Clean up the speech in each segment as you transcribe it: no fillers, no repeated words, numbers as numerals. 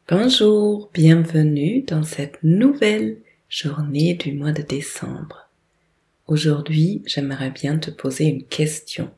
Bonjour, bienvenue dans cette nouvelle journée du mois de décembre. Aujourd'hui, j'aimerais bien te poser une question.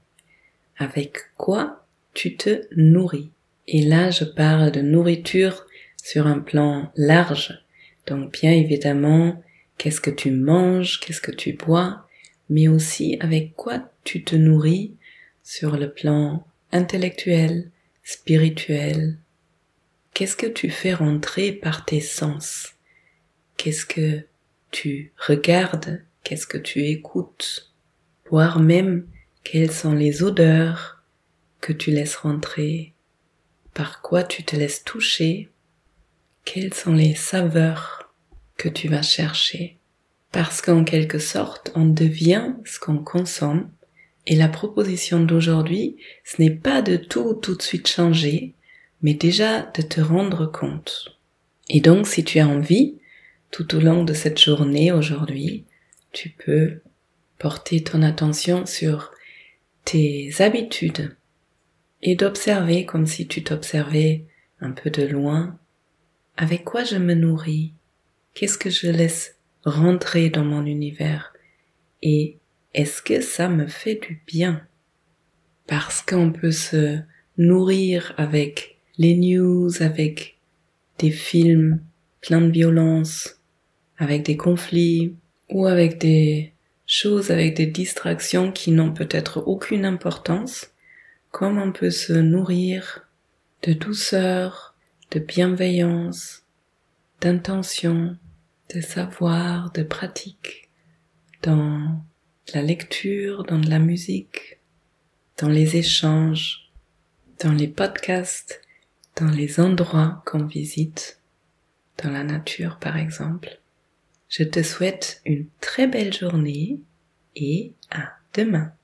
Avec quoi tu te nourris? Et là, je parle de nourriture sur un plan large. Donc bien évidemment, qu'est-ce que tu manges, qu'est-ce que tu bois, mais aussi avec quoi tu te nourris sur le plan intellectuel, spirituel. Qu'est-ce que tu fais rentrer par tes sens? Qu'est-ce que tu regardes? Qu'est-ce que tu écoutes? Voire même, quelles sont les odeurs que tu laisses rentrer? Par quoi tu te laisses toucher? Quelles sont les saveurs que tu vas chercher? Parce qu'en quelque sorte, on devient ce qu'on consomme. Et la proposition d'aujourd'hui, ce n'est pas de tout de suite changer, mais déjà de te rendre compte. Et donc, si tu as envie, tout au long de cette journée aujourd'hui, tu peux porter ton attention sur tes habitudes et d'observer comme si tu t'observais un peu de loin. Avec quoi je me nourris? Qu'est-ce que je laisse rentrer dans mon univers? Et est-ce que ça me fait du bien? Parce qu'on peut se nourrir avec les news, avec des films pleins de violence, avec des conflits, ou avec des choses, avec des distractions qui n'ont peut-être aucune importance, comme on peut se nourrir de douceur, de bienveillance, d'intention, de savoir, de pratique, dans la lecture, dans la musique, dans les échanges, dans les podcasts, dans les endroits qu'on visite, dans la nature par exemple. Je te souhaite une très belle journée et à demain.